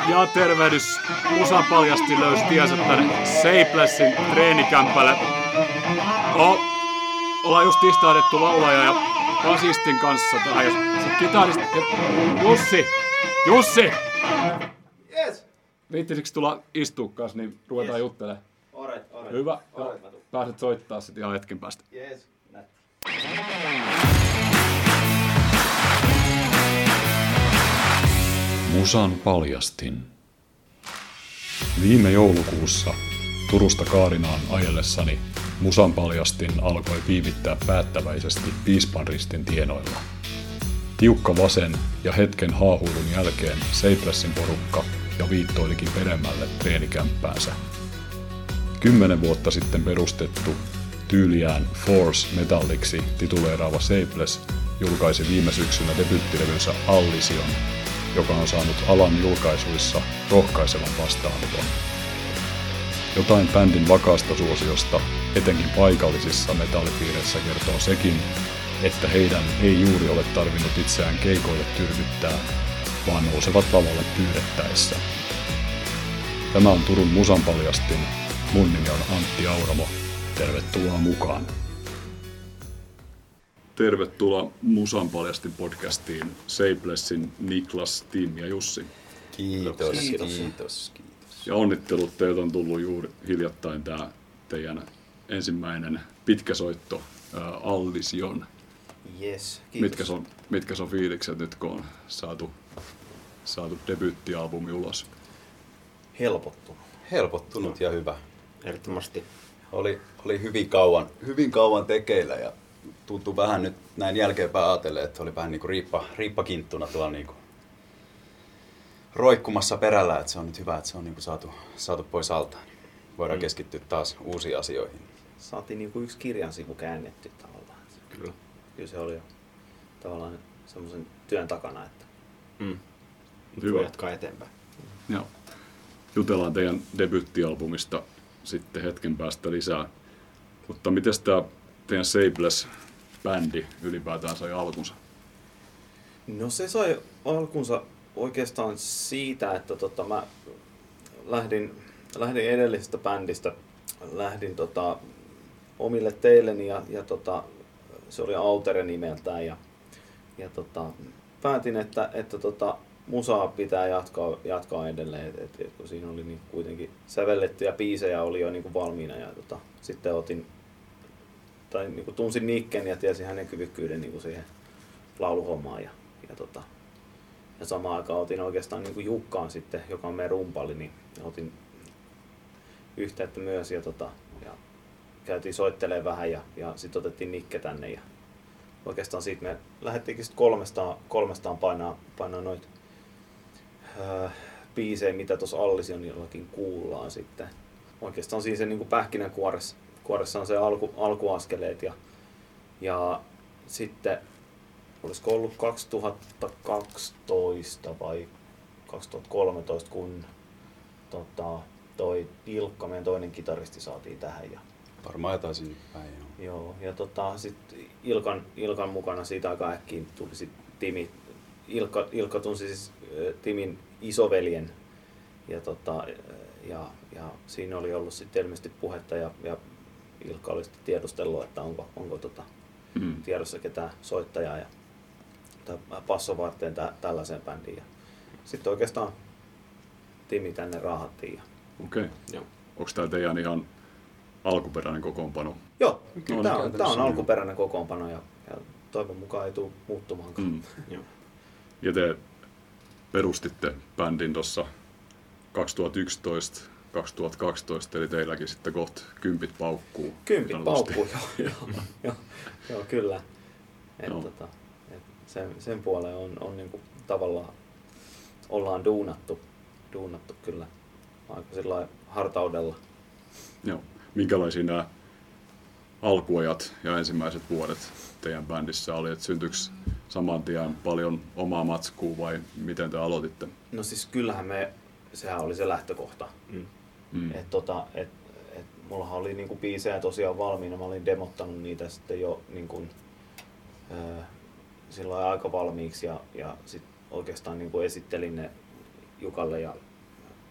Ja tervehdys. Musan paljasti löysi tiensä tänne Seiplessin treenikämpälle. Ollaan just istahdettu laulaja ja basistin kanssa tähän. Ja sit kitaristi... Jussi! Yes! Viittisikö tulla istua kanssa, niin ruvetaan juttelemaan. Oret. Hyvä. Pääset soittaa sit ihan hetken päästä. Yes, nätti. Musan paljastin. Viime joulukuussa Turusta Kaarinaan ajellessani Musan paljastin alkoi viivittää päättäväisesti Piispanristin tienoilla. Tiukka vasen ja hetken haahuilun jälkeen Seiplessin porukka ja viittoilikin pidemmälle treenikämppäänsä. 10 vuotta sitten perustettu, tyyliään Force Metalliksi tituleeraava Seipless julkaisi viime syksynä debyttilevynsä Allision, joka on saanut alan julkaisuissa rohkaisevan vastaanoton. Jotain bändin vakaasta suosiosta, etenkin paikallisissa metallipiireissä, kertoo sekin, että heidän ei juuri ole tarvinnut itseään keikoille tyrkyttää, vaan nousevat lavalle pyydettäessä. Tämä on Turun Musan paljastin. Mun nimi on Antti Auramo. Tervetuloa mukaan. Tervetuloa Musan paljastin podcastiin Seiplessin Niklas, Tim ja Jussi. Kiitos. Ja onnittelut, teiltä on tullut juuri hiljattain tämä teidän ensimmäinen pitkä soitto Allision. Yes, kiitos. Mitkä on fiilikset nyt, kun on saatu debyyttialbumi ulos? Helpottunut ja hyvä. Ehdottomasti. Oli hyvin kauan tekeillä ja tuntui vähän nyt näin jälkeenpäin ajatellen, että oli vähän niin kuin riippakinttuna tuolla niin kuin roikkumassa perällä, että se on nyt hyvä, että se on niin kuin saatu pois alta. Voidaan keskittyä taas uusiin asioihin. Saatiin niin kuin yksi kirjan sivu käännetty tavallaan. Kyllä se oli jo tavallaan semmoisen työn takana, että Hyvä. jatkaa eteenpäin. Joo. Jutellaan teidän debyyttialbumista sitten hetken päästä lisää. Mutta miten tämä teidän Seipless-bändi ylipäätään sai alkunsa? No se sai alkunsa oikeastaan siitä, että mä lähdin edellisestä bändistä, lähdin omille teilleni ja se oli Autere nimeltään ja päätin, että musaa pitää jatkaa edelleen, et kun siinä oli niin kuitenkin sävellettyjä biisejä oli jo niin valmiina ja sitten niin tunsin Nicken ja tiesin hänen kyvykkyyden niin siihen lauluhommaan ja samaan aikaan otin oikeastaan niin Jukkaan sitten, joka on meidän rumpali, niin otin yhteyttä myös ja käytiin soittelemaan vähän ja sitten otettiin Nikke tänne ja oikeastaan siitä me lähdettiinkin sitten kolmestaan painaa noita biisejä, mitä tuossa Allisionillakin kuullaan sitten. Oikeastaan siinä se niin pähkinänkuoressa on se alkuaskeleet ja sitten olisiko ollut 2012 vai 2013, kun toi Ilkka, meidän toinen kitaristi, saatiin tähän. Varmaan jotain sinne päin. Joo, ja sitten Ilkan mukana siitä aika äkkiä tuli sitten Timi. Ilkka tunsi siis Timin isoveljen ja siinä oli ollut sitten ilmeisesti puhetta ja Ilkka oli sitten tiedustellut, että onko tiedossa ketään soittajaa ja passon varten tällaiseen bändiin. Sitten oikeastaan Timi tänne raahattiin. Okei. Onko tämä teidän ihan alkuperäinen kokoonpano? Joo, tämä on alkuperäinen kokoonpano ja toivon mukaan ei tule muuttumaankaan. Ja te perustitte bändin tuossa 2011-2012, eli teilläkin sitten kohta 10 paukkuu. 10 paukkuu, joo, kyllä. Sen puoleen on niinku tavallaan ollaan duunattu kyllä aika sillä hartaudella. Joo. Minkälaisia nämä alkuajat ja ensimmäiset vuodet teidän bändissä oli, että syntyykö saman tien paljon omaa matskua vai miten te aloititte? No siis kyllähän sehän oli se lähtökohta. Mullahan oli niinku biisejä tosiaan valmiina, mä olin demottanut niitä sitten jo niinku, silloin aika valmiiksi ja sit oikeastaan niinku esittelin ne Jukalle ja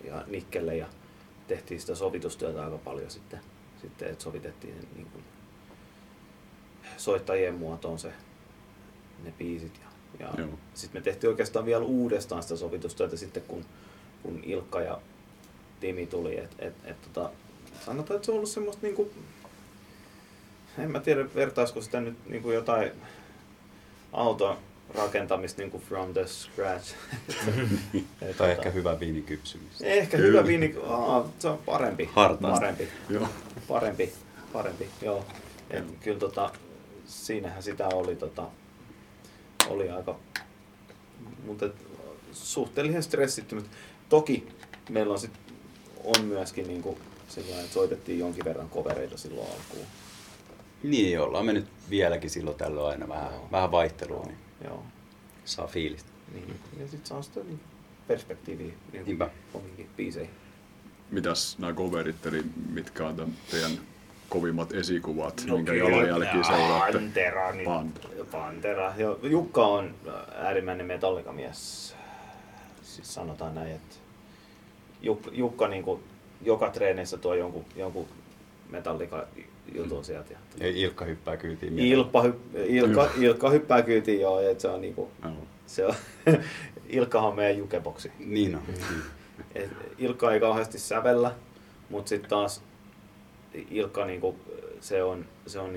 ja Nikkelle ja tehtiin sitä sovitustyötä aika paljon sitten että sovitettiin niin kuin soittajien muotoon ne biisit ja sitten me tehtiin oikeastaan vielä uudestaan sitä sovitustyötä sitten kun Ilkka ja Timi tuli, sanotaan, että se on ollut semmoista niinku, en mä tiedä vertaisiko sitä nyt niinku jotain auton rakentamista niinku from the scratch. Tai ehkä hyvä viinikypsymistä. Ehkä hyvä viini, se on parempi. Hartaasti. Parempi, joo. Kyllä siinähän sitä oli aika, mutta suhteellisen stressittynyt. Toki meillä on myöskin niinku sellainen, että soitettiin jonkin verran covereita silloin alkuun. Niin, ollaan me nyt vieläkin silloin tällöin aina vähän vaihtelua, niin joo. Saa fiilistä. Niin. Ja sitten saa sitä niin perspektiiviä niin omiinkin biiseihin. Mitäs nämä coverit, eli mitkä on teidän kovimmat esikuvat, minkä jalanjälkiä seuraatte? Pantera. Jukka on äärimmäinen Metallica-mies. Siis sanotaan näin, että Jukka niinku joka treenissä tuo jonkun Metallica-jutun sieltä. Ei Ilkka hyppää kyytiin. Ilkka hyppää kyytiin, joo, että se on niinku, se on, Ilkkahan on meidän jukeboksi. Niin on. Ilkka ei kauheasti sävellä, mutta sitten taas Ilkka niinku, se on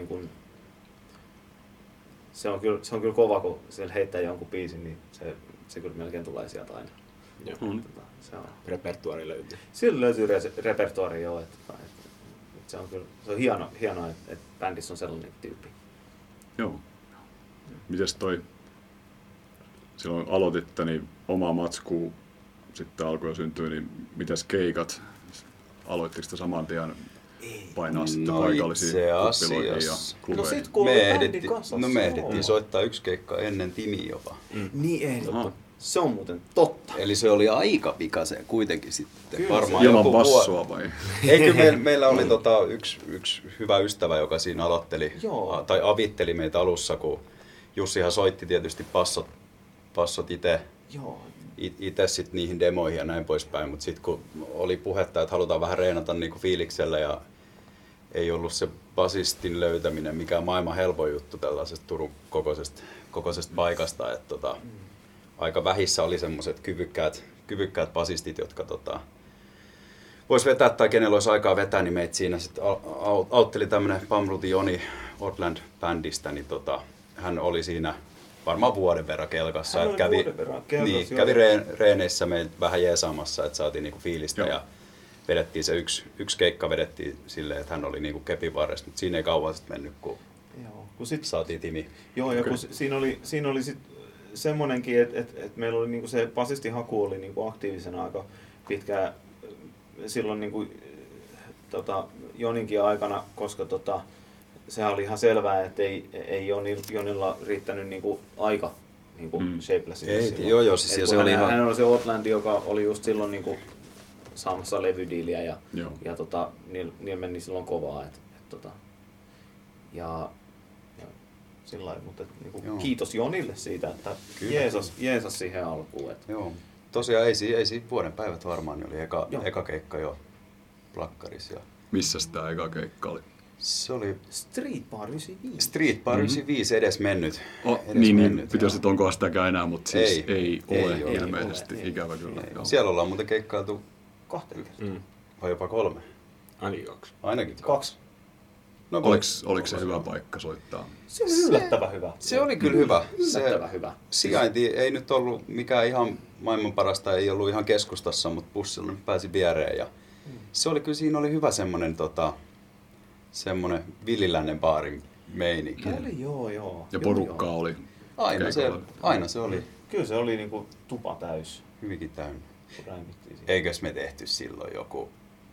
kyllä kova, kun siellä heittää jonkun biisin, niin se kyllä melkein tulee sieltä aina. Se on. Repertuaari löytyy. Sillä löytyy repertuaari, joo. Se on kyllä hienoa, että bändissä on sellainen tyyppi. Joo. Mites silloin aloititte, niin omaa matskua sitten alkoi syntyä, niin mitäs keikat? Aloittiko te saman tien painaa sitten paikallisia kuppiloihin ja klubeja? Me ehdittiin soittaa yksi keikka ennen Timi jopa. Niin ehdottu. Se on muuten totta. Eli se oli aika pikaisen kuitenkin sitten. Kyllä, varmaan ilman bassua vai? Ei, kyllä meillä oli yksi hyvä ystävä, joka siinä aloitteli, tai avitteli meitä alussa, kun Jussihan soitti tietysti passot itse sitten niihin demoihin ja näin poispäin, mutta sitten kun oli puhetta, että halutaan vähän reenata niinku fiiliksellä ja ei ollut se basistin löytäminen mikään maailman helpoin juttu tällaisesta Turun kokoisesta paikasta, että aika vähissä oli semmoiset kyvykkäät basistit, jotka vois vetää tai kenellä olisi aikaa vetää, niin meitä siinä sitten autteli tämmönen Pamruti Joni Ortland-bändistä, niin hän oli siinä varmaan vuoden verran kelkassa. Hän oli vuoden verran kelkassa, kävi reeneissä meillä vähän jeesaamassa, että saatiin niinku fiilistä ja vedettiin se yksi keikka vedettiin silleen, että hän oli niinku kepin varressa, mutta siinä ei kauan sitten mennyt, kun saatiin Timi. Joo, ja kun siinä oli sit semmonenkin, että meillä oli niinku se basistihaku oli niinku aktiivisena aika pitkään silloin niinku, Joninkin aikana, koska sehän oli ihan selvää, että ei Jonilla riittänyt niinku aika niinku Shapelessille. Joo, siis se oli ihan... Hän oli se Outlandi, joka oli just silloin niinku saamassa levydiiliä ja niillä meni silloin kovaa. Ja sillä lailla, mutta niinku, kiitos Jonille siitä, että jeesas siihen alkuun. Joo. Tosiaan ei siinä vuoden päivät varmaan, niin oli eka keikka jo plakkarissa. Missä tämä eka keikka oli? Se oli Street Bar 95. Street Bar 95 edes mennyt. Niin, pitäisi, että onko sitäkään enää, mutta siis ei ole ilmeisesti. Ei. Ikävä kyllä. Siellä ollaan muuten keikkailtu 2 kertaa. vai jopa 3. Ainakin 2. Ainakin 2. No, oliko se hyvä paikka soittaa? Se oli yllättävän hyvä. Se oli kyllä hyvä. Yllättävän hyvä. Sijainti ei nyt ollut mikään ihan maailman parasta, ei ollut ihan keskustassa, mutta bussilla nyt pääsi viereen. Ja se oli kyllä, siinä oli hyvä semmoinen villilännen baarin meininki. Oli, joo. Ja porukkaa oli. Aina se oli. Kyllä se oli niinku tupa täys. Hyvinkin täynnä. Eikös me tehty silloin joku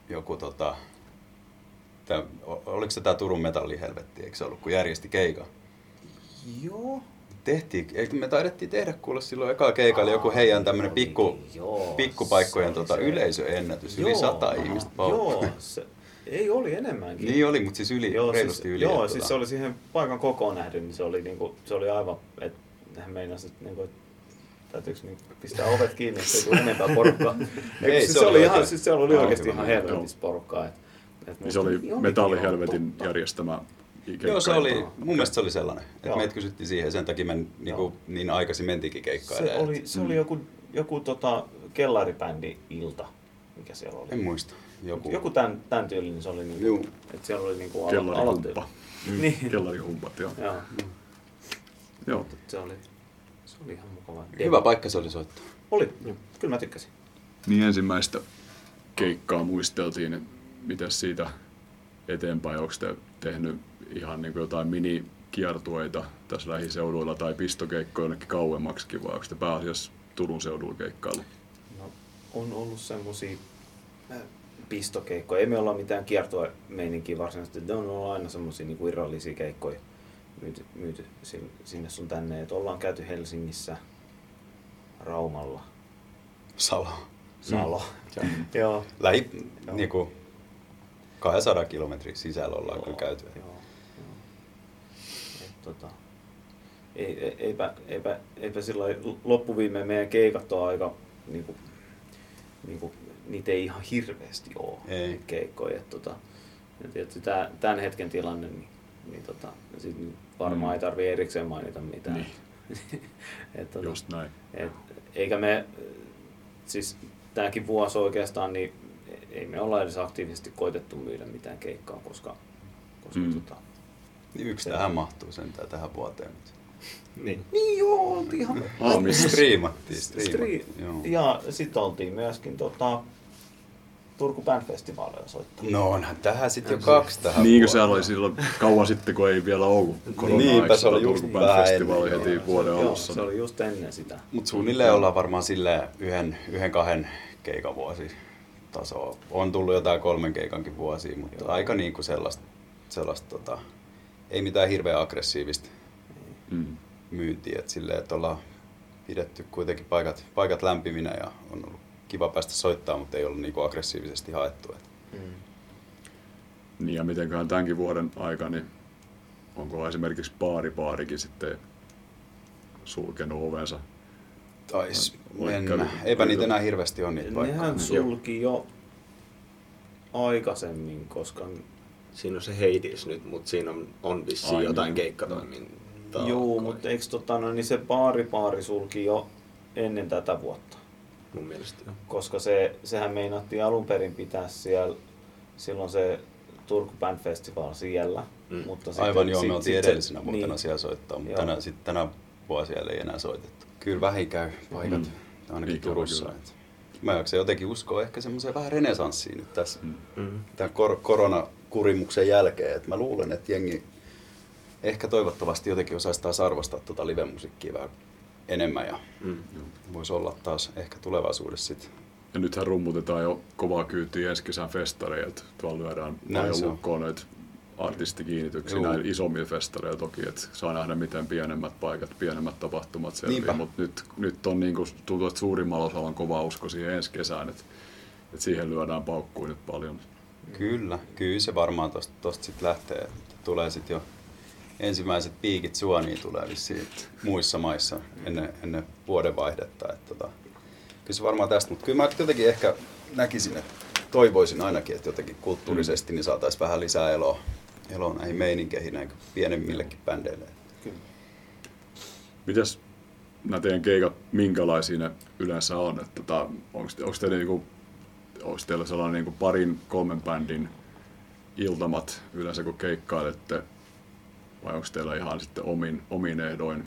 oliko se tää Turun metallihelvetti, eikö se ollut, kun järjesti keikan? Joo. Me taidettiin tehdä kuule silloin ekaa keikalla joku heidän tämmönen pikkupaikkojen yleisöennätys, yli 100 ihmistä Joo, ei oli enemmänkin. Niin oli, mutta siis reilusti yli. Joo, siis se oli siihen paikan kokoon nähden, niin se oli aivan, että hän meinasi, että täytyykö niin pistää ovet kiinni, ettei tule enempää porukkaa. Ei, se oli ihan, siis siellä oli oikeasti ihan helvetissä porukkaa. Niin se oli Metallihelvetin järjestämä keikka. Joo, se oli, mun mielestä se oli sellainen, että meitä kysyttiin siihen, sen takia me niin aikaisin mentiinkin keikkailemaan. Se oli joku kellaribändi-ilta, mikä siellä oli. En muista. Joku tämän tyylinen se oli, niinku, että siellä oli niinku Kellarihumppa. Niin. Kellarihumpat, joo. Joo. Se oli ihan mukavaa. Hyvä paikka se oli soittaa. Oli, kyllä mä tykkäsin. Niin ensimmäistä keikkaa muisteltiin, että mitäs siitä eteenpäin, onko te tehnyt ihan niin kuin jotain minikiertueita tässä lähiseuduilla tai pistokeikkoja jonnekin kauemmaksikin, vai onko te pääasiassa Turun seudulla keikkailu? No, on ollut semmosia pistokeikkoja. Ei me olla mitään kiertuemeininkiä varsinaisesti. Ne on ollut aina semmosia niin kuin irrallisia keikkoja myyty sinne sun tänne. Et ollaan käyty Helsingissä, Raumalla. Salo. Joo. Niinku 200 kilometrin sisällä ollaan kyllä käyty. Joo. Eipä silloin loppuviimeen meidän keikat on aika niinku, niitä ei ihan hirveästi ole keikkoja. Tietysti tämän hetken tilanne, sit varmaan ei tarvitse erikseen mainita mitään. Niin. Just näin. Eikä me, siis tämäkin vuosi oikeastaan, niin ei me olla edes aktiivisesti koitettu myydä mitään keikkaa, koska niin yksi tähän mahtuu sentään tähän vuoteen. Niin joo, oltiin ihan... Striimattiin. Ja sit oltiin myöskin Turku Band Festivalilla soittaa. No onhan tähän sitten jo 2 tähän niin kuin siellä oli silloin kauan sitten, kun ei vielä ollut Niinpä se oli just Turku Band Festival heti vuoden alussa. Joo, se oli just ennen sitä. Mut suunnilleen ollaan varmaan silleen yhden 2 keikan vuosi tasoa. On tullut jotain 3 keikankin vuosia, mutta aika niinku sellaista ei mitään hirveän aggressiivista myyntiä. Et silleen, että ollaan pidetty kuitenkin paikat lämpiminä ja on ollut kiva päästä soittaa, mutta ei ollut niinku aggressiivisesti haettu. Niin ja mitenköhän tämänkin vuoden aikana, niin onko esimerkiksi baarikin sitten sulkenut ovensa? Taisi mennä. Eipä niitä enää hirveästi ole niitä paikkoja. Nehän sulki jo aikaisemmin, koska... Siinä on se Heidis nyt, mutta siinä on vissiin jotain keikkatoimintaa. Joo, mutta eikö niin se baari sulki jo ennen tätä vuotta? Mun mielestä joo. Koska sehän meinattiin alun perin pitää siellä, silloin se Turku Band Festival siellä. Mutta aivan joo, me oltiin edellisenä vuotena siellä soittaa, mutta tänä vuonna siellä ei enää soitettu. Kyllä vähin käy paikat, ainakin Turussa. Mä jaksan jotenkin uskoa ehkä semmoiseen vähän renesanssiin nyt tässä tämän koronakurimuksen jälkeen. Et mä luulen, että jengi ehkä toivottavasti jotenkin osaisi taas arvostaa tuota live-musiikkia vähän enemmän ja voisi olla taas ehkä tulevaisuudessa sitten. Ja nythän rummutetaan jo kovaa kyytiä ensi kesän festareja, että tuolla lyödään paljon lukkoon noita artistikiinnityksiä näillä isommilla festareilla toki, että saa nähdä miten pienemmät paikat, pienemmät tapahtumat selviää, mutta nyt on niin kuin tuntuu, että suurimmalla osalla on kova usko siihen ensi kesään, että siihen lyödään paukkuun nyt paljon. Kyllä se varmaan tosta sitten lähtee, tulee sitten jo ensimmäiset piikit Suoniin tulee vissiin muissa maissa ennen vuodenvaihdetta, että kyllä se varmaan tästä, mutta kyllä mä jotenkin ehkä näkisin, että toivoisin ainakin, että jotenkin kulttuurisesti niin saataisiin vähän lisää eloa näihin meininkeihin, näin pienemmillekin bändeille. Kyllä. Mitäs nämä teidän keikat, minkälaisia ne yleensä on? Onko teillä sellainen niin 2-3 bändin iltamat yleensä kun keikkailette, vai onko teillä ihan sitten omin ehdoin,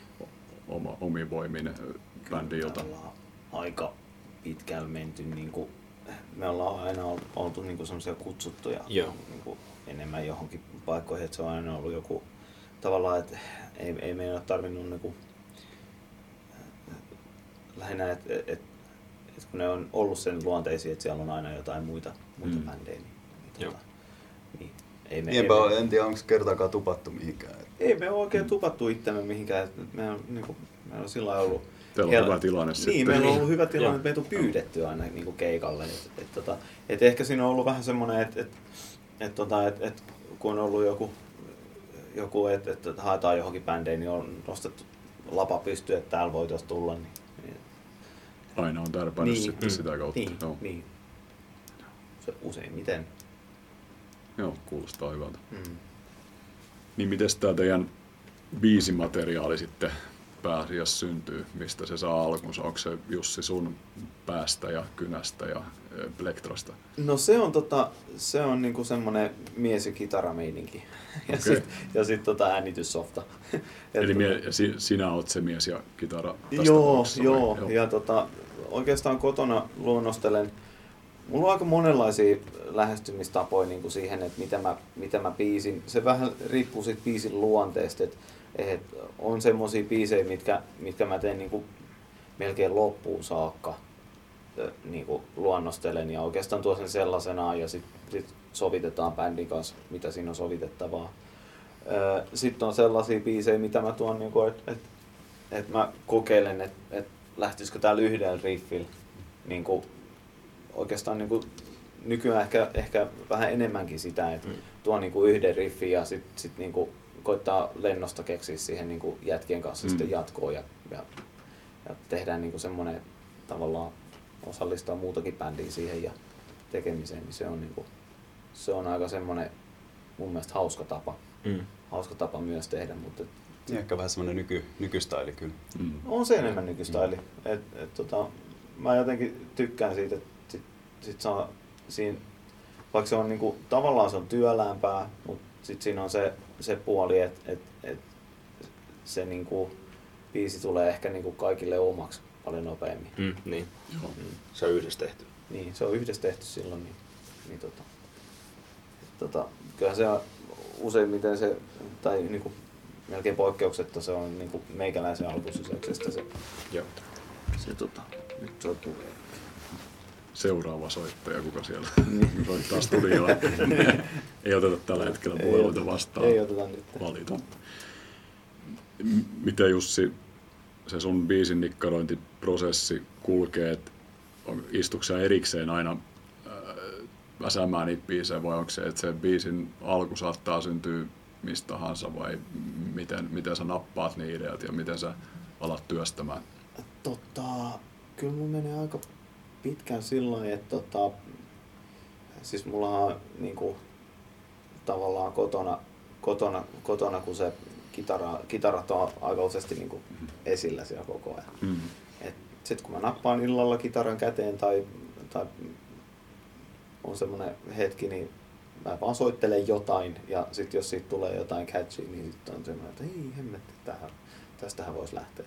omin voimin bändin ilta? Aika pitkällä menty. Me ollaan aina oltu semmoisia kutsuttuja enemmän johonkin paikkoihin, että se on aina ollut joku tavallaan, että ei meidän ole tarvinnut lähinnä, että kun ne on ollut sen luonteisia, että siellä on aina jotain muita bändejä. En tiedä, onko kertaakaan tupattu mihinkään. Ei me ole oikein tupattu itsemme mihinkään. Me on sillä lailla ollut... Teillä on hyvä tilanne sitten. Niin, meillä on ollut hyvä tilanne, että meitä on pyydetty aina keikalle. Et ehkä siinä on ollut vähän semmoinen, että kun on ollut joku että haetaan johonkin bändeihin, niin on nostettu lapa pystyyn, että täällä voitaisiin tulla. Niin aina on tärpännyt sitten sitä kautta. Niin. Se useimmiten. Joo, kuulostaa hyvältä. Niin mites tää teidän biisimateriaali sitten pääasiassa syntyy? Mistä se saa alkunsa? Onko se Jussi sun päästä ja kynästä ja plektrasta? No se on niinku semmonen mies- ja kitarameininki. Ja sit äänityssofta. Eli sinä oot se mies ja kitara tästä Joo. Ja oikeastaan kotona luonnostelen. Mulla on aika monenlaisia lähestymistapoja niin kuin siihen, että mitä mä biisin. Se vähän riippuu siitä biisin luonteesta. Et on semmosia biisejä, mitkä mä teen niin kuin melkein loppuun saakka niin kuin luonnostelen. Ja oikeastaan tuon sen sellaisenaan ja sit sovitetaan bändin kanssa, mitä siinä on sovitettavaa. Sitten on sellaisia biisejä, mitä mä tuon, niin että mä kokeilen, että lähtisikö täällä yhdellä riffillä. Niin kuin, oikeastaan niin kuin, nykyään ehkä vähän enemmänkin sitä, että tuon niin kuin yhden riffin ja sit niin kuin, koittaa lennosta keksiä siihen niin kuin jätkien kanssa sitten jatkoa ja tehdään niin kuin semmoinen tavallaan osallistaa muutakin bändiä siihen ja tekemiseen, niin se on, niin kuin, se on aika semmoinen mun mielestä hauska tapa myös tehdä. Mutta ehkä vähän semmoinen nykystaili kyllä. On se enemmän nykystaili. Mä jotenkin tykkään siitä, että sit saa siinä, vaikka se on niinku, tavallaan se on työlämpää, mutta sit siinä on se puoli, että se niinku, biisi tulee ehkä niinku kaikille omaksi paljon nopeammin. Niin. Se on yhdessä tehty. Niin, se on yhdessä tehty silloin. Kyllähän se on useimmiten se, tai niinku, melkein poikkeuksetta se on niinku meikäläisen alkusysäyksestä se. Joo. Nyt se on tulee. Seuraava soittaja, kuka siellä soittaa studioon. Ei oteta tällä hetkellä puheluita vastaan. Ei oteta nyt. Valita. Miten Jussi, se sun biisin nikkarointiprosessi kulkee? Istuuko sä erikseen aina väsäämään niitä biisejä vai onko se, että se biisin alku saattaa syntyä mistä tahansa vai miten sä nappaat ne ideat ja miten sä alat työstämään? Kyllä mun menee aika pitkään silloin, että siis mullahan on niinku, tavallaan kotona kun se kitarat on aika useasti niinku esillä siellä koko ajan. Sitten kun mä nappaan illalla kitaran käteen tai on semmoinen hetki, niin mä vaan soittelen jotain ja sitten jos siitä tulee jotain catchy, niin sitten on semmoinen, että ei hemmetti, tästähän voisi lähteä.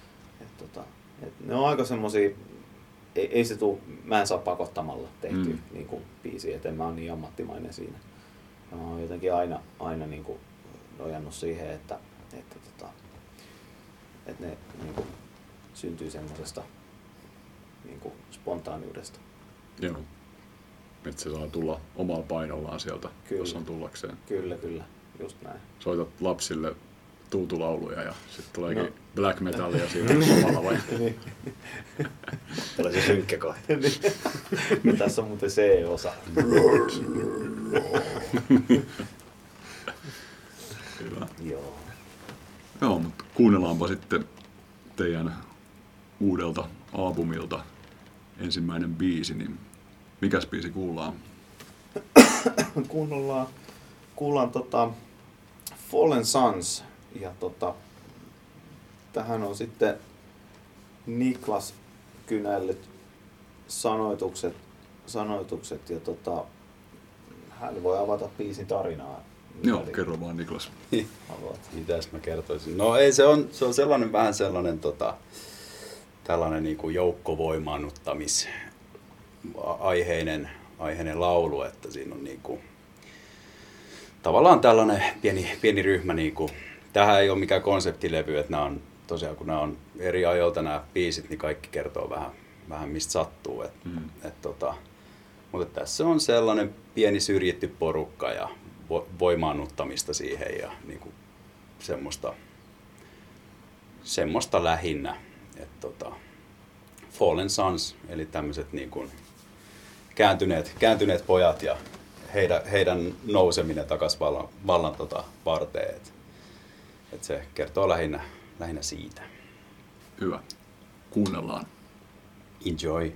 Ne on aika semmosia, ei se tuu, mä en saa pakottamalla tehtyä niinku biisiä, et en mä ole niin ammattimainen siinä. Mä oon jotenkin aina niinku nojannut siihen, että ne niinku syntyy semmosesta niinku spontaaniudesta. Joo. Että se saa tulla omalla painollaan sieltä, jos on tullakseen. Kyllä, just näin. Soitat lapsille tuutulauluja ja sitten tuleekin black metallia siinä samalla vai? Tulee se synkkä kohta. Tässä on muuten C-osa. Hyvä. Joo, mutta kuunnellaanpa sitten teidän uudelta albumilta ensimmäinen biisi, niin mikäs biisi kuullaan? Kuullaan Fallen Sons ja tähän on sitten Niklas kynällyt sanoitukset ja hän voi avata biisin tarinaa. Joo, kerro vaan Niklas. Mitäs mä kertoisin? No ei, se on sellainen vähän sellainen tällainen niinku joukkovoimaannuttamis aiheinen laulu, että siinä on niinku tavallaan tällainen pieni ryhmä niinku. Tähän ei ole mikään konseptilevy, että nämä on tosiaan kun nämä on eri ajoilta nämä biisit, niin kaikki kertoo vähän mistä sattuu. Mutta tässä on sellainen pieni syrjitty porukka ja voimaannuttamista siihen ja niinku semmoista lähinnä. Fallen Sons, eli tämmöiset niinku kääntyneet pojat ja heidän nouseminen takaisin vallan varteen. Et se kertoo lähinnä siitä. Hyvä. Kuunnellaan. Enjoy!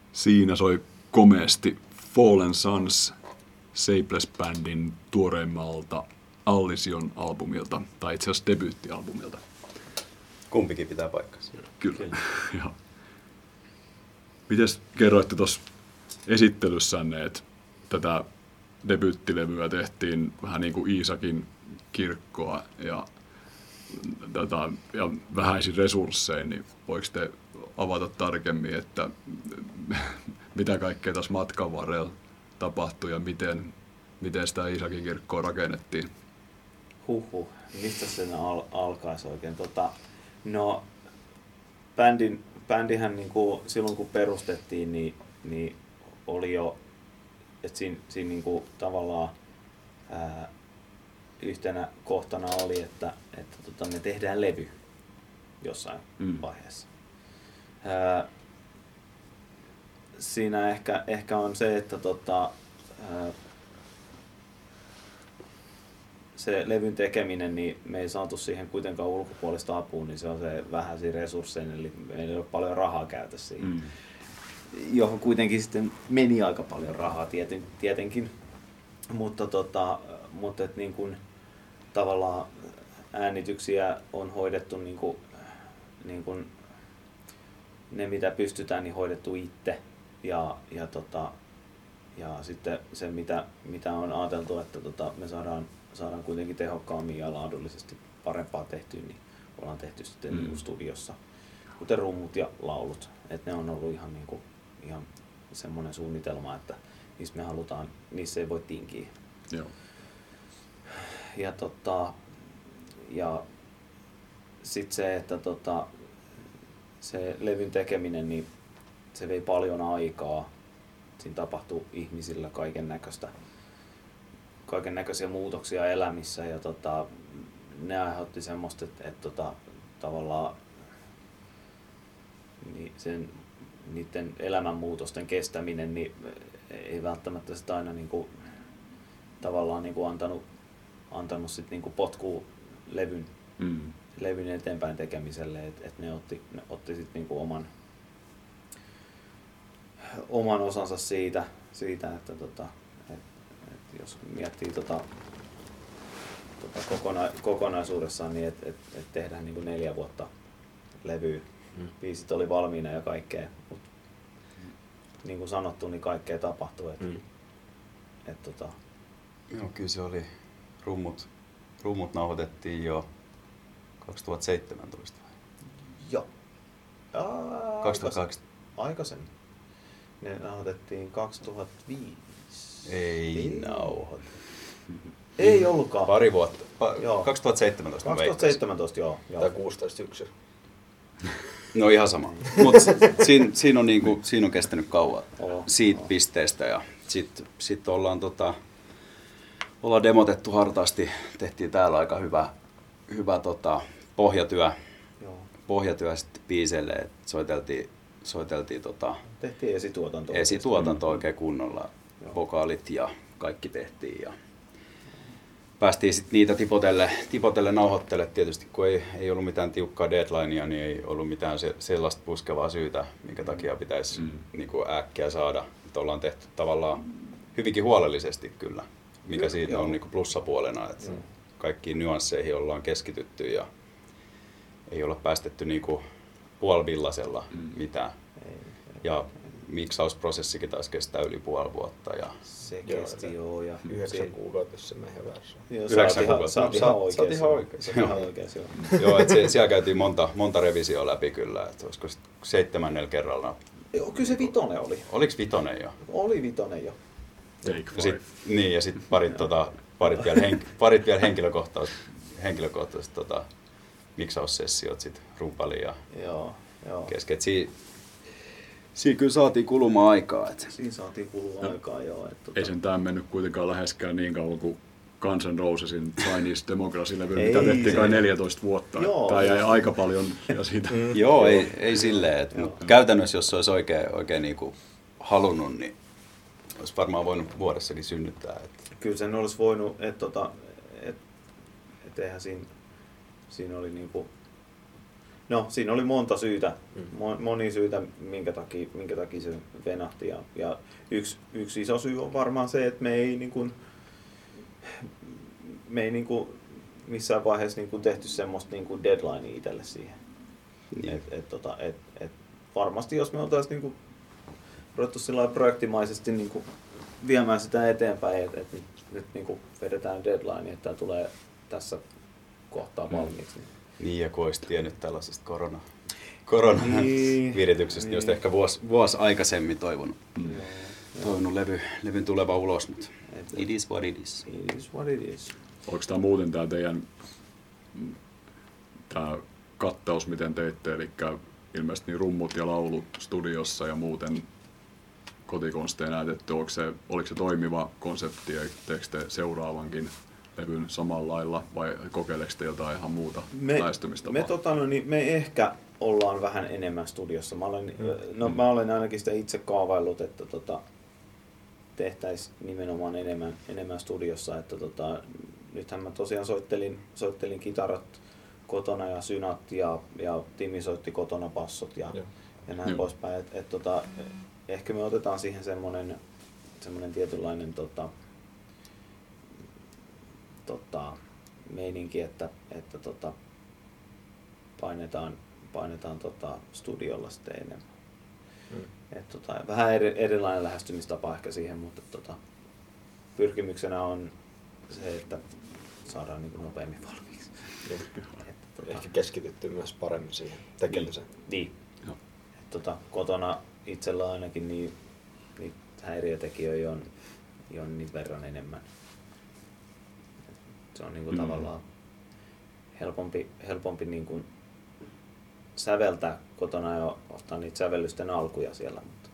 Siinä soi komeasti Fallen Sons Shapeless Bandin tuoreimmalta Allision albumilta, tai itse asiassa debyyttialbumilta. Kumpikin pitää paikkansa. Kyllä. Joo. Mites kerroitte tuossa esittelyssänne, että tätä debyyttilevyä tehtiin vähän niin kuin Iisakin kirkkoa ja vähäisin resurssein, niin voiko te avata tarkemmin, että mitä kaikkea tässä matkan varrella tapahtui ja miten sitä Iisakin kirkkoa rakennettiin? Mistä sen alkaisi oikein? No, bändihän niinku, silloin kun perustettiin, niin oli jo, että siinä niinku, tavallaan yhtenä kohtana oli, että me tehdään levy jossain vaiheessa. Siinä ehkä on se, että se levyn tekeminen, niin me ei saatu siihen kuitenkaan ulkopuolista apua, niin se on se vähäisiä resursseja, eli meillä ei ole paljon rahaa käytä siihen. Johon kuitenkin sitten meni aika paljon rahaa tietenkin, mutta et niin kuin, tavallaan äänityksiä on hoidettu niin kuin ne mitä pystytään, niin hoidettu itse ja sitten se mitä on ajateltu, että me saadaan kuitenkin tehokkaammin ja laadullisesti parempaa tehtyä, niin ollaan tehty sitten niin studiossa, kuten rummut ja laulut. Että ne on ollut ihan semmoinen suunnitelma, että niissä me halutaan, niissä ei voi tinkiä. Joo. Ja sitten se, että se levyn tekeminen, niin se vei paljon aikaa. Siinä tapahtui ihmisillä kaikennäköisiä muutoksia elämissä ja ne aiheutti semmoista, että tavallaan niiden elämänmuutosten kestäminen niin ei välttämättä sitä aina niinku, tavallaan niinku antanut sit niinku potkua levyn eteenpäin tekemiselle, että ne otti sit niinku oman osansa siitä että jos miettii kokonaisuudessaan, niin että tehdään niinku 4 vuotta levyä. Biisit oli valmiina ja kaikkea, mutta niin kuin sanottu, niin kaikkea tapahtui. Joo, kyllä se oli. Rummut nauhoitettiin jo 2017 vai? Joo. 2008. Aikaisemmin. Ne nauhoitettiin 2005. Ei nauhoitettu. Ei ollutkaan. Pari vuotta. Joo. 2017. 2017, joo. Tai 16 syksy. No ihan sama. Mutta siinä on kestänyt kauan siitä pisteestä ja sitten ollaan demotettu hartaasti. Tehtiin täällä aika hyvä pohjatyö sitten biiseille, että soiteltiin tehtiin esituotanto oikein kunnolla. Vokaalit ja kaikki tehtiin ja päästiin sitten niitä tipotelle nauhoittele tietysti, kun ei ollut mitään tiukkaa deadlinea, niin ei ollut mitään sellaista puskevaa syytä, minkä takia pitäisi niinku äkkiä saada. Että ollaan tehty tavallaan hyvinkin huolellisesti kyllä, mikä siinä on niinku plussapuolena, että kaikkiin nyansseihin ollaan keskitytty ja ei olla päästetty niinku puolivillasella mitään. Ja miksausprosessikin taas kestää yli puoli vuotta. Ja se kesti joo. Ja 9 kuukautta, jos mä ihan väärässä. 9 kuukautta. Sä oot ihan oikeas. Joo, että siellä käytiin monta revisioa läpi kyllä. Että olisiko 7 kerralla. Joo, kyllä se 5 oli. Oliko 5 jo? Oli 5 jo. Ja sitten parit vielä henkilökohtaiset miksaussessiot sit rumpaliin ja kesken. Siinä kyllä saatiin kulumaan aikaa. Siinä saatiin kulumaan aikaa, joo. Ei sentään mennyt kuitenkaan läheskään niin kauan kuin Guns N' Rosesin Chinese Democracy-levy, mitä tehtiin kai 14 vuotta. Tämä jäi aika paljon siitä. Joo, ei silleen. Mutta käytännössä, jos se olisi oikein niin kuin halunnut, niin olisi varmaan voinut vuodessakin synnyttää. Kyllä sen olisi voinut, että eihän siinä oli niinku No, siinä oli monta syytä, moni syytä, minkä takia se venahti. Ja yksi iso syy on varmaan se, että me ei missään vaiheessa tehty semmoista deadlinea itselle siihen. Niin. Varmasti jos me oltaisiin ruvettu projektimaisesti viemään sitä eteenpäin, että nyt vedetään deadline, että tämä tulee tässä kohtaa valmiiksi. Niin, ja kun olisi tiennyt tällaisesta koronavirityksestä, josta ehkä vuosi aikaisemmin toivonut levyn tuleva ulos, mutta it is what it is. It is what it is. Oliko tämä muuten tämä teidän kattaus, miten teitte, eli ilmeisesti niin rummut ja laulu studiossa ja muuten kotikonsteja näytetty, oliko se toimiva konsepti ja teekö te seuraavankin levyn samalla lailla vai kokeileeko te jotain ihan muuta lähestymistapaa? Me ehkä ollaan vähän enemmän studiossa. Mä olen ainakin sitä itse kaavaillut, että tehtäisiin nimenomaan enemmän studiossa. Että nythän mä tosiaan soittelin kitarat kotona ja synat ja Timi soitti kotona bassot ja näin poispäin. Ehkä me otetaan siihen semmoinen tietynlainen meininki, että painetaan studiolla sitten enemmän. Vähän erilainen lähestymistapa ehkä siihen, mutta pyrkimyksenä on se, että saadaan nopeammin valmiiksi. Ehkä keskitytty myös paremmin siihen tekemiseen. Niin. Kotona itsellä ainakin niitä häiriötekijöitä on niin verran enemmän. Se on tavallaan helpompi säveltää kotona ja ottaa niitä sävellysten alkuja siellä, mutta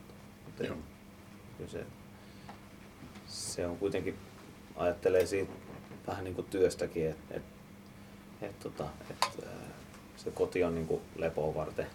se on kuitenkin, ajattelee siitä vähän työstäkin, että se koti on lepoa varten.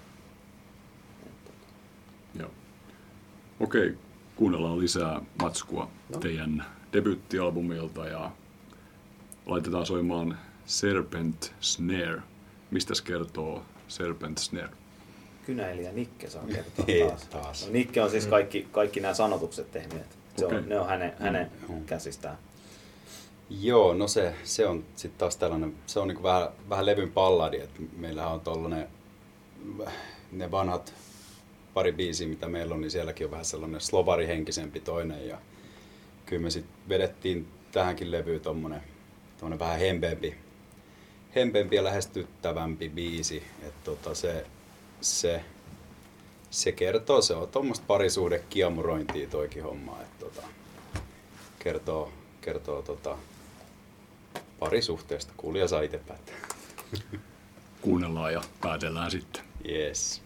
Joo. Okei, kuunnellaan lisää matskua teidän debyyttialbumilta ja laitetaan soimaan Serpent Snare. Mistäs kertoo Serpent Snare? Kynäilijä Nikke saa kertoa taas. No, Nikke on siis kaikki nämä sanotukset tehnyt. Ne on hänen käsistään. Joo, no se on sitten taas tällainen, se on vähän levyn palladi, että meillähän on tollainen, ne vanhat pari biisiä, mitä meillä on, niin sielläkin on vähän sellainen slovarihenkisempi toinen ja kyllä me sitten vedettiin tähänkin levyyn tommonen vähän hempeämpi ja lähestyttävämpi biisi, että se kertoo, se on tommoista parisuhde kiemurointia toikin homma, että kertoo parisuhteesta, kuulija saa itse päättää. Kuunnellaan ja päätellään sitten. Yes.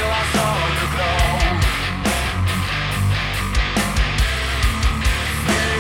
Yeah.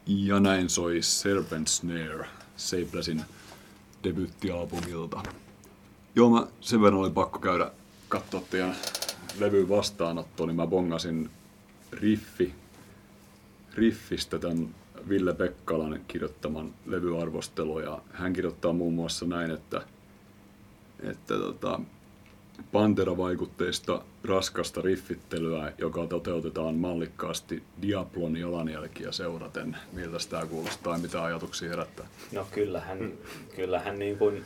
Ja näin soi Serpent Snare Sablesin debyyttialbumilta. Joo, mä sen verran oli pakko käydä katsoa teidän levyn vastaanottoa, niin mä bongasin riffistä tämän Ville Pekkalan kirjoittaman levyarvostelua, ja hän kirjoittaa muun muassa näin, että Pantera-vaikutteista raskasta riffittelyä, joka toteutetaan mallikkaasti Diablon jalanjälkiä seuraten. Miltä tämä kuulostaa, mitä ajatuksia herättää? No kyllähän niin kuin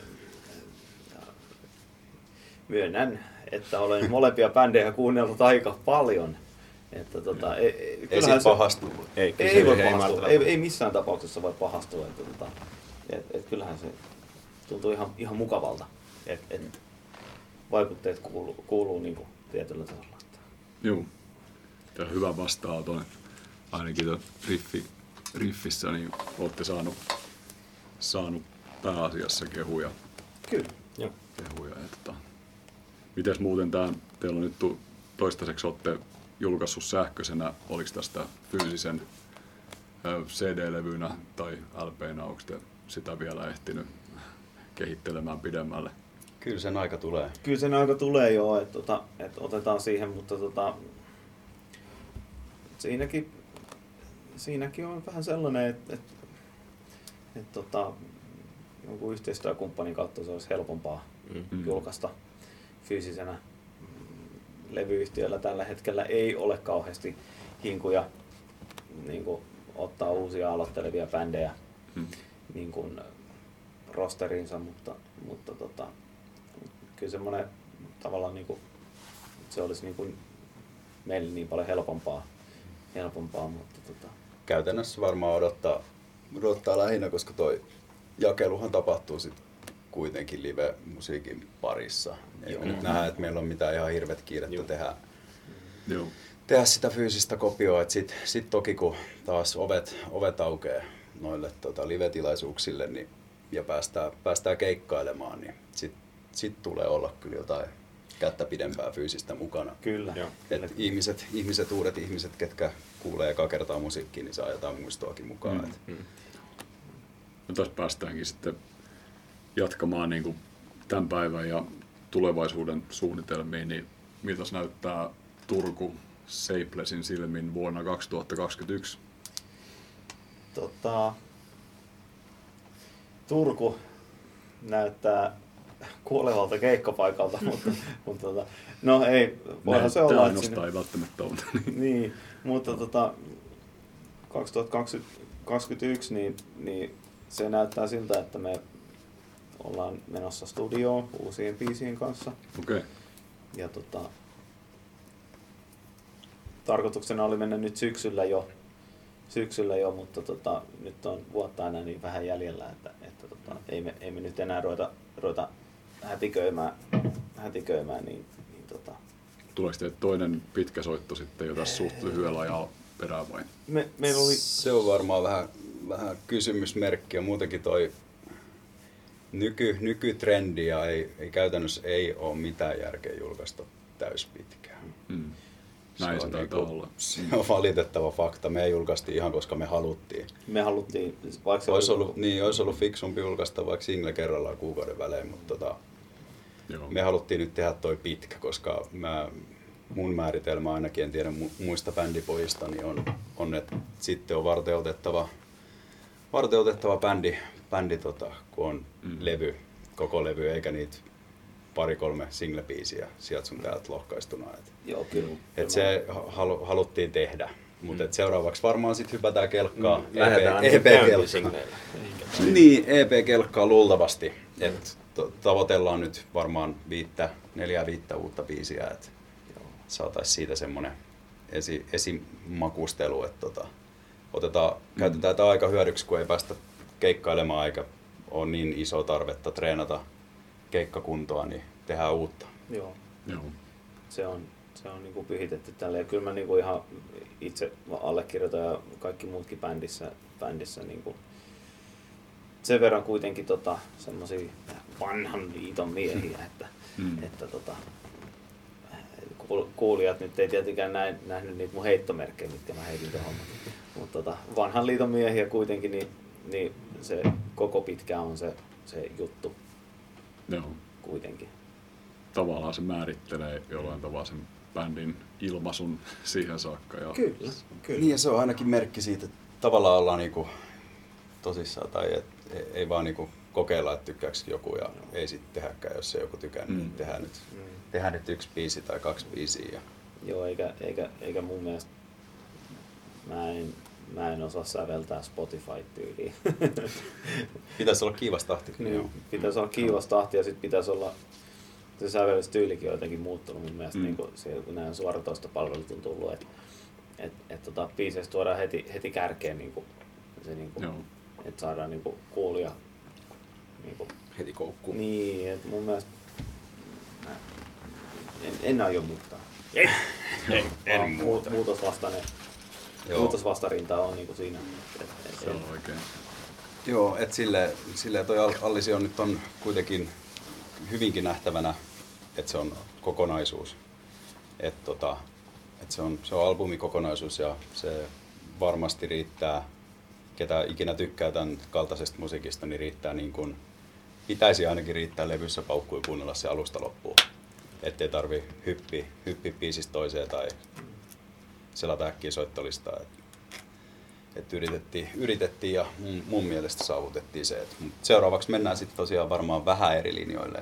myönnän, että olen molempia bändejä kuunnellut aika paljon. Että ei sit pahastu. Ei voi pahastua. Ei missään tapauksessa voi pahastua. Että kyllähän se tuntuu ihan mukavalta. Vaikutteet kuuluu niin kuin tietyllä tavalla. Joo. Tämä hyvä vastaanoton. Ainakin riffissä niin olette saanut pääasiassa kehuja. Kyllä. Joo. Kehuja. Mites muuten teillä on nyt toistaiseksi olette julkaissut sähköisenä, oliko tästä fyysisen CD-levynä tai LP:nä, onko te sitä vielä ehtinyt kehittelemään pidemmälle? Kyllä sen aika tulee. Kyllä sen aika tulee joo, että otetaan siihen, mutta siinäkin on vähän sellainen, että jonkun yhteistyökumppanin kautta se olisi helpompaa julkaista fyysisenä. Levyyhtiöllä tällä hetkellä ei ole kauheasti hinkuja niin kuin ottaa uusia aloittelevia bändejä niin kuin rosteriinsa, mutta kyllä semmoinen tavallaan niin kuin, se olisi niin kuin meille niin paljon helpompaa mutta käytännössä varmaan odottaa lähinnä, koska toi jakeluhan tapahtuu sit kuitenkin live-musiikin parissa. Ei me nyt nähdä, että meillä on mitään ihan hirvet kiirettä tehdä sitä fyysistä kopioa. Sitten toki kun taas ovet aukeaa noille live-tilaisuuksille niin, ja päästään keikkailemaan, niin sit tulee olla kyllä jotain kättä pidempää fyysistä mukana. Kyllä. Et uudet ihmiset, ketkä kuulee eka kertaa musiikkia, niin saa jotain muistoakin mukaan. No tässä päästäänkin sitten jatkamaan niin kuin tämän päivän ja tulevaisuuden suunnitelmiin, niin miltä näyttää Turku Sablesin silmin vuonna 2021? Turku näyttää kuolevalta keikkapaikalta, mutta no ei, voihan se olla, että ei välttämättä ole. Niin, mutta 2021 niin se näyttää siltä, että me ollaan menossa studioon uusien biisien kanssa. Okei. Ja tarkoituksena oli mennä nyt syksyllä jo, mutta nyt on vuotta enää niin vähän jäljellä, että ei me nyt enää ruveta hätiköimään niin Tuleeko teille toinen pitkä soitto sitten jo tässä suht lyhyellä ajalla perään vai? Meillä oli... Se on varmaan vähän kysymysmerkki ja muutenkin toi nykytrendi ja ei käytännössä ei ole mitään järkeä julkaista täyspitkään. Näin se taitaa olla. Se on valitettava fakta. Me ei julkaistiin ihan koska me haluttiin. Vaikka se olisi ollut fiksumpi julkaista vaikka single kerrallaan kuukauden välein, mutta me haluttiin nyt tehdä toi pitkä, koska mun määritelmä ainakin, en tiedä muista bändipojista, niin on että sitten on varteutettava bändi kun on koko levy, eikä niitä 2-3 single-biisiä sieltä sun täältä lohkaistuna. Joo, kyllä. Se haluttiin tehdä, mutta seuraavaksi varmaan sitten hypätään kelkkaa. Lähdetään EP-kelkkaa. Niin, EP-kelkkaa luultavasti. Tavoitellaan nyt varmaan 4-5 uutta biisiä, että saataisiin siitä semmoinen esimakustelu, että käytetään tämä aika hyödyksi, kun ei päästä keikkailemaan eikä ole niin iso tarvetta treenata keikkakuntoa, niin tehdään uutta. Joo. Se on niin kuin pyhitetty tälle. Ja kyllä mä niin kuin ihan itse allekirjoitan ja kaikki muutkin bändissä niin kuin sen verran kuitenkin semmosia vanhan liiton miehiä, että kuulijat nyt ei tietenkään nähnyt niitä mun heittomerkkejä, mitkä mä heitin tuohon. Mutta vanhan liiton miehiä kuitenkin, niin se koko pitkä on se juttu. Joo. Kuitenkin. Tavallaan se määrittelee jollain tavalla sen bändin ilmaisun siihen saakka. Ja Kyllä. Niin ja se on ainakin merkki siitä, että tavallaan ollaan niinku tosissaan tai ei vaan niinku kokeilla, että tykkääkö joku ja ei sitten tehdäkään, jos ei joku tykkää, niin tehdään nyt 1 biisi tai 2 biisiä. Ja... Joo, eikä mun mielestä mä en osaa säveltää Spotify-tyyliä. Pitäisi olla kiivas tahti. Niin, pitäisi olla kiivas tahti ja sitten pitäisi olla se sävellystyylikin on jotenkin muuttunut mun mielestä, niin kun nämä suoratoistopalvelut on tullut, että biiseistä tuodaan heti kärkeen niin se, niin että saadaan niin kuulija niin heti koukkuun. Niin, että mun mielestä en aio muuttaa. En muuta. Muutosvastarinta on niin siinä. Se on oikein. Joo, että silleen toi Allisio nyt on kuitenkin hyvinkin nähtävänä, että se on kokonaisuus. Että se on albumikokonaisuus ja se varmasti riittää, ketä ikinä tykkää tämän kaltaisesta musiikista, niin riittää niin kuin, pitäisi ainakin riittää levyssä paukkuja kuunnella se alusta loppuun. Ettei tarvi hyppiä biisistä toiseen tai selata äkkiä soittolistaa. Et yritettiin ja mun mielestä saavutettiin se. Seuraavaksi mennään sitten tosiaan varmaan vähän eri linjoille.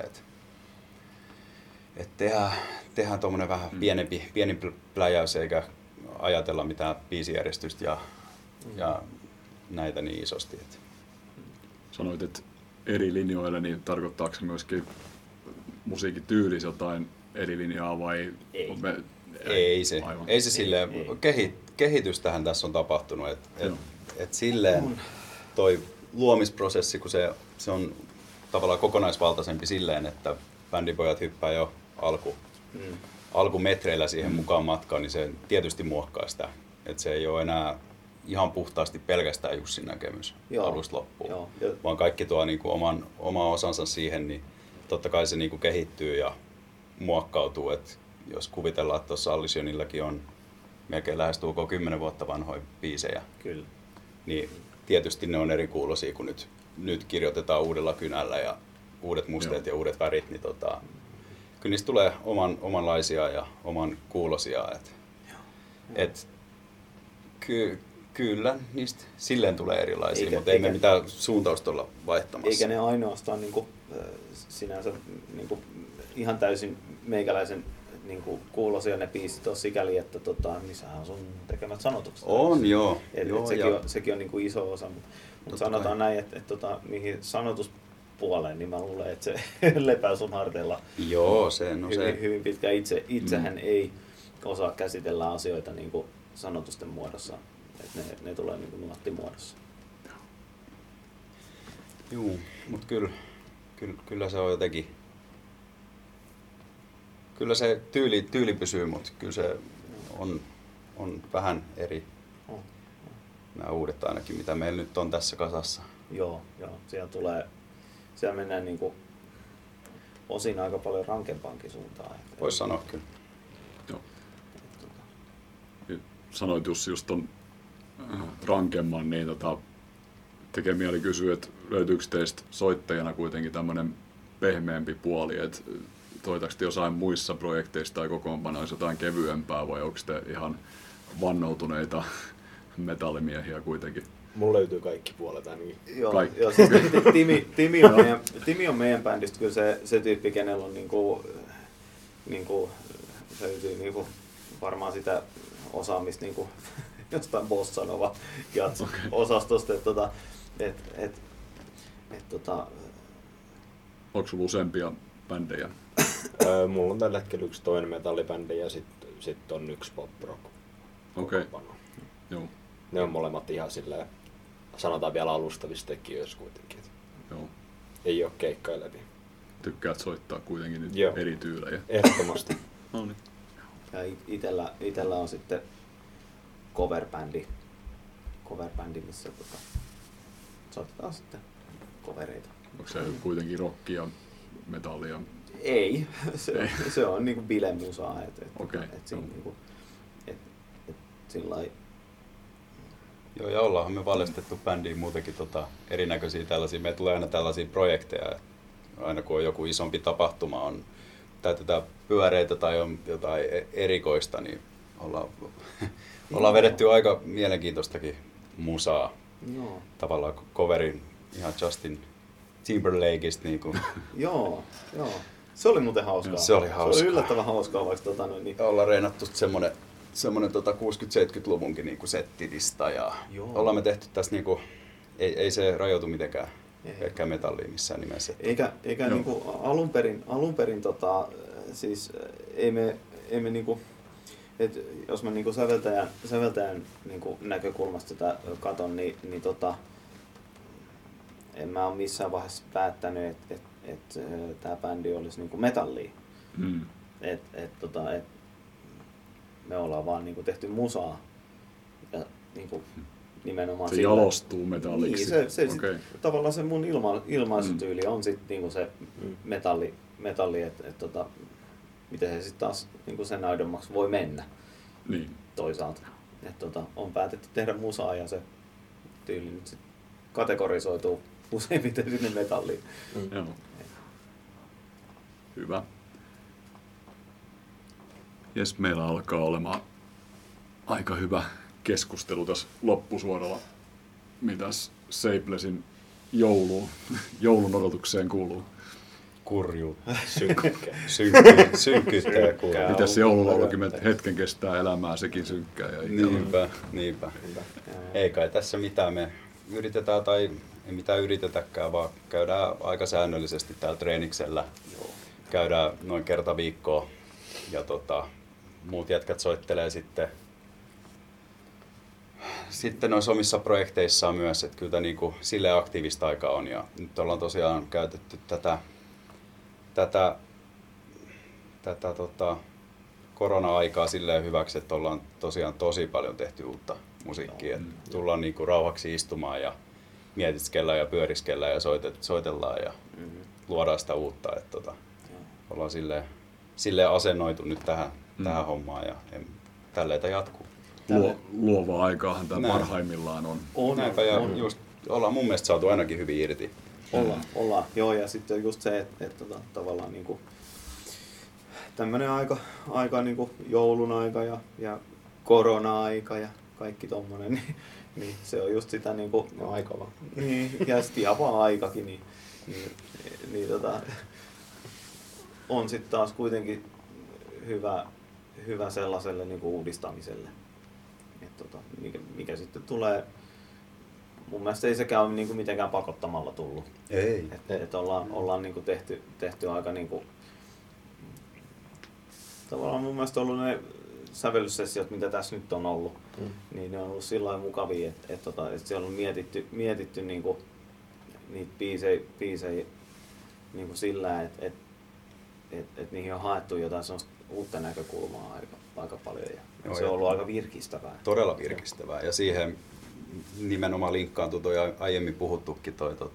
Et tehdään tuommoinen vähän pienempi pläjäys eikä ajatella mitään biisijärjestystä ja näitä niin isosti. Sanoit, että eri linjoille, niin tarkoittaako se myöskin musiikityylissä jotain eri linjaa vai? Ei se silleen. Kehitystähän tässä on tapahtunut. Et silleen toi luomisprosessi, kun se on tavallaan kokonaisvaltaisempi silleen, että bändipojat hyppää jo alkumetreillä siihen mukaan matkaan, niin se tietysti muokkaa sitä. Et se ei ole enää ihan puhtaasti pelkästään Jussin näkemys alusta loppuun, vaan kaikki tuo niinku oman osansa siihen, niin totta kai se niinku kehittyy ja muokkautuu. Et jos kuvitellaan, että tuossa Allisonillakin on melkein lähestulkoon 10 vuotta vanhoja biisejä, kyllä, niin tietysti ne on eri kuulosia, kun nyt kirjoitetaan uudella kynällä ja uudet musteet ja uudet värit, niin kyllä niistä tulee omanlaisia ja oman kuulosia. Kyllä niistä silleen tulee erilaisia, mutta ei me mitään suuntausta olla vaihtamassa. Eikä ne ainoastaan sinänsä ihan täysin meikäläisen kuulosia ne biisit on sikäli, että missähän on sun tekemät sanotukset. On, joo. Sekin on iso osa, mutta sanotaan näin, että mihin sanotuspuoleen, niin mä luulen, että se lepää sun harteilla. Joo, hyvin pitkään itsehän ei osaa käsitellä asioita sanotusten muodossa, että ne tulee nuottimuodossa. Joo, mutta kyllä se on jotenkin. Kyllä se tyyli pysyy, mutta kyllä se on vähän eri. Nämä uudet ainakin, mitä meillä nyt on tässä kasassa. Joo. Siellä mennään osin aika paljon rankempaankin suuntaan. Voisi sanoa kyllä. Joo. Sanoit Jussi just ton rankemman, niin tekee mieli kysyä, että löytyykö teistä soittajana kuitenkin tämmöinen pehmeämpi puoli, että toitaanko te jossain muissa projekteissa tai kokoonpanoissa jotain kevyempää vai onko te ihan vannoutuneita metallimiehiä kuitenkin? Mulla löytyy kaikki puolet ainakin. Joo, siis Timi on meidän bändistä kyllä se tyyppi, kenellä on löytyy varmaan sitä osaamista jostain Bossa Nova osastosta, onko sulla useampia bändejä? Mulla on tällä hetkellä yksi toinen metallibändi ja sit on yksi pop-rock. Okei. Joo. Ne on molemmat ihan silleen, sanotaan vielä alustavissa tekijöissä kuitenkin. Joo. Ei oo keikkailevia. Tykkäät soittaa kuitenkin nyt eri tyylejä. Ehdottomasti. No niin. Ja itellä on sitten coverbändi, missä soitetaan sitten covereita. Onko se kuitenkin rockia, metallia? Ei, se on bilemusaa, Okei. sillai Joo, ja ollaanhan me valjastettu bändiin muutenkin erinäköisiä tällaisia. Meillä tulee aina tällaisia projekteja, aina kun on joku isompi tapahtuma, täytetään pyöreitä tai on jotain erikoista, niin ollaan vedetty aika mielenkiintoistakin musaa. Joo. Tavallaan coverin ihan Justin Timberlakeista. Niin kuin. Joo. Se oli muuten hauskaa. Se oli hauskaa. Se oli yllättävän hauskaa, vaikka niin. Ollaan reenattu semmonen 60-70-luvunkin niinku settilista ja ollaan me tehty tässä niinku, ei se rajoitu mitenkään pelkkään metalliin missään nimessä. Eikä niinku alun perin siis ei me niinku, et jos mä niinku säveltäjän niinku näkökulmasta tätä katon, niin en mä ole missään vaiheessa päättänyt, että tää bändi olisi niinku metallia. Me ollaan vaan niinku tehty musaa ja niinku nimenomaan se jalostuu metalliksi. Niin, se tavallaan se mun ilmaisutyyli on sit niinku se metalli että miten se sitten taas niinku sen aidommaksi voi mennä. Niin. Toisaalta. On päätetty tehdä musaa ja se tyyli nyt sit kategorisoituu useimmiten sinne metalliin. Joo. Hyvä. Jes, meillä alkaa olemaan aika hyvä keskustelu tässä loppusuoralla. Mitäs Seiplesin joulun odotukseen kuuluu? Kurjuutta, synkkyyttä ja kurjuutta. Mitäs joululaulukin, että hetken kestää elämää, sekin synkkää. Ja niinpä. Ei kai tässä mitään me yritetään tai ei mitään yritetäkään, vaan käydään aika säännöllisesti täällä treeniksellä. Käydään noin kerta viikkoa ja muut jätkät soittelee sitten noissa omissa projekteissaan myös, että kyllä niinku silleen aktiivista aikaa on ja nyt ollaan tosiaan käytetty tätä korona-aikaa silleen hyväksi, että ollaan tosiaan tosi paljon tehty uutta musiikkia. Tullaan niinku rauhaksi istumaan ja mietiskellään ja pyöriskellään ja soitellaan ja luodaan sitä uutta. Että ollaan silleen asennoitu nyt tähän hommaan ja tälleen jatkuu. Luovaa aikaahan tämä parhaimmillaan on. Näinpä ja just ollaan mun mielestä saatu ainakin hyvin irti. Ollaan. Joo, ja sitten just se, että tavallaan niinku tämmönen aika niinku joulun aika ja korona-aika ja kaikki tommonen, niin se on just sitä niinku aika vaan. Niin, ja sitten ihan vaan aikakin, niin on sitten taas kuitenkin hyvä sellaiselle niinku uudistamiselle. Mikä sitten tulee, mun mielestä ei sekään ole niinku mitenkään pakottamalla tullut. Ei. Että ollaan niinku tehty aika niinku, tavallaan mun mielestä ollut ne sävellyssessiot, mitä tässä nyt on ollut, niin ne on ollut sillä lailla mukavia, että siellä on mietitty niinku niitä biisejä niinku sillä, että niihin on haettu jotain sellaista uutta näkökulmaa aika paljon ja se on ollut aika virkistävää. Todella virkistävää ja siihen nimenomaan linkkaantui toi aiemmin puhuttukin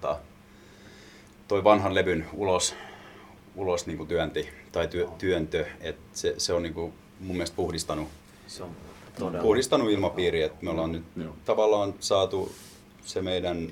toi vanhan levyn ulos niinku työnti tai työntö, että se on niinku mun mielestä puhdistanut ilmapiiriä, että me ollaan nyt tavallaan saatu se meidän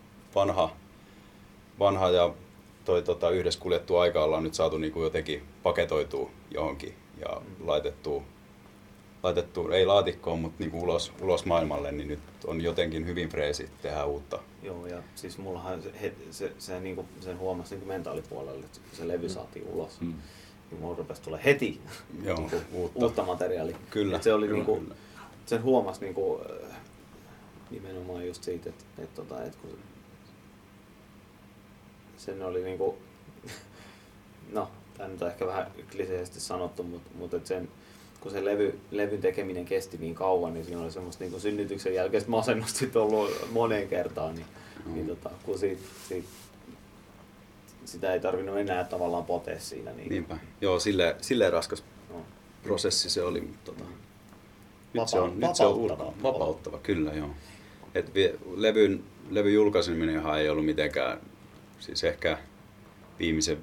vanha ja toi yhdessä kuljettu aika ollaan nyt saatu niinku jotenkin paketoitua johonkin ja laitettu ei laatikkoon, mutta niinku ulos maailmalle, niin nyt on jotenkin hyvin freesi tehdä uutta. Joo, ja siis mullahan se niinku, sen huomasi niinku mentaalipuolelle, että kun se levy saatiin ulos, niin mulla rupesi tulee heti uutta materiaalia. Kyllä. Et se oli niinku, sen huomasi niinku, nimenomaan just siitä, että kun sen oli niinku, no, tämä nyt on ehkä vähän kliseisesti sanottu, mutta sen kun se levyn tekeminen kesti niin kauan, niin siinä oli semmoista niin synnytyksen jälkeistä masennusta sit ollut moneen kertaan, niin kun sitä ei tarvinnut enää tavallaan potea siinä. Niin. Niinpä. Joo, silleen raskas prosessi se oli, mutta nyt se on vapauttava, kyllä joo. Et levyn julkaiseminenhan ei ollut mitenkään, siis ehkä viimeisen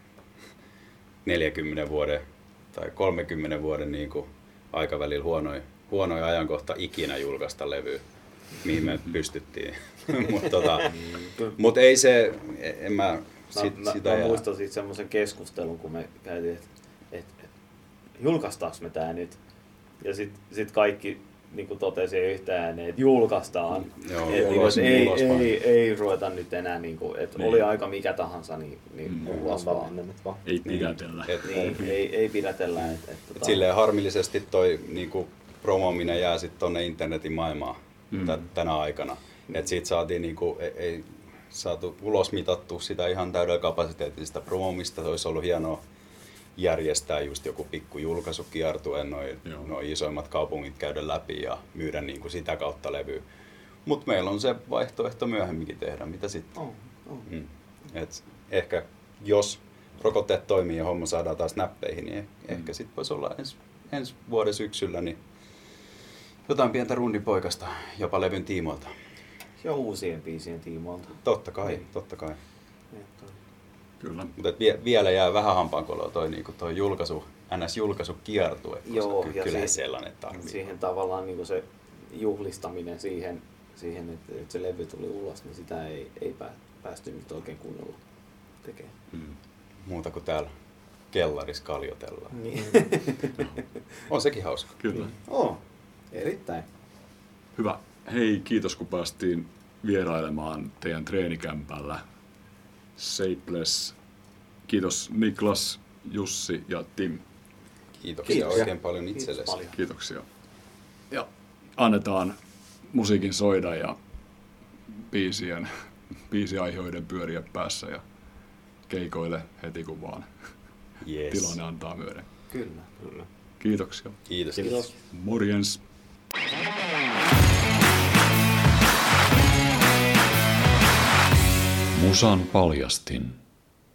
40 vuoden tai 30 vuoden niin kuin aikavälillä huonoin ajankohta ikinä julkaista levyä. mihin me pystyttiin. Mutta ei se, en mä sitä mä muistan siitä semmoisen keskustelun, kun me käytiin, että julkaistaanko me tää nyt? Ja sit kaikki niin totesi yhtään ääneen, että julkaistaan. Joo, ei ruveta nyt enää, niin kuin, että niin. Oli aika mikä tahansa, niin ulos vaan. Ei pidätellä. Ei pidätellä. Silleen harmillisesti toi niin promoaminen jää sitten tonne internetin maailmaan tänä aikana. Et siitä saatiin, niin kuin, ei saatu ulos mitattua sitä ihan täydellä kapasiteetista promoamista. Se olisi ollut hienoa järjestää just joku pikku julkaisukiertue, noin isoimmat kaupungit käydä läpi ja myydä niin kuin sitä kautta levyä. Mutta meillä on se vaihtoehto myöhemminkin tehdä, mitä sitten. Et ehkä jos rokotteet toimii ja homma saadaan taas näppeihin, niin ehkä sitten voisi olla ensi vuoden syksyllä niin jotain pientä rundipoikasta jopa levyn tiimoilta. Ja uusien biisien tiimoilta. Totta kai. Kyllä. Mutta vielä jää vähän hampaankoloa toi NS-julkaisukiertue, koska kyllä sellainen tarvitsee. Siihen tavallaan niin se juhlistaminen siihen että se levy tuli ulos, niin sitä ei päästy nyt oikein kunnolla tekemään. Muuta kuin täällä kellarissa kaljotellaan. Niin. On sekin hauska. Kyllä. Erittäin. Hyvä. Hei, kiitos kun päästiin vierailemaan teidän treenikämpällä. Shapeless. Kiitos Niklas, Jussi ja Tim. Kiitoksia oikein paljon itsellesi. Kiitoksia. Ja annetaan musiikin soida ja biisiaiheiden pyöriä päässä ja keikoille heti kun vaan tilanne antaa myöden. Kyllä. Kiitoksia. Kiitos. Morjens. Musan paljastin.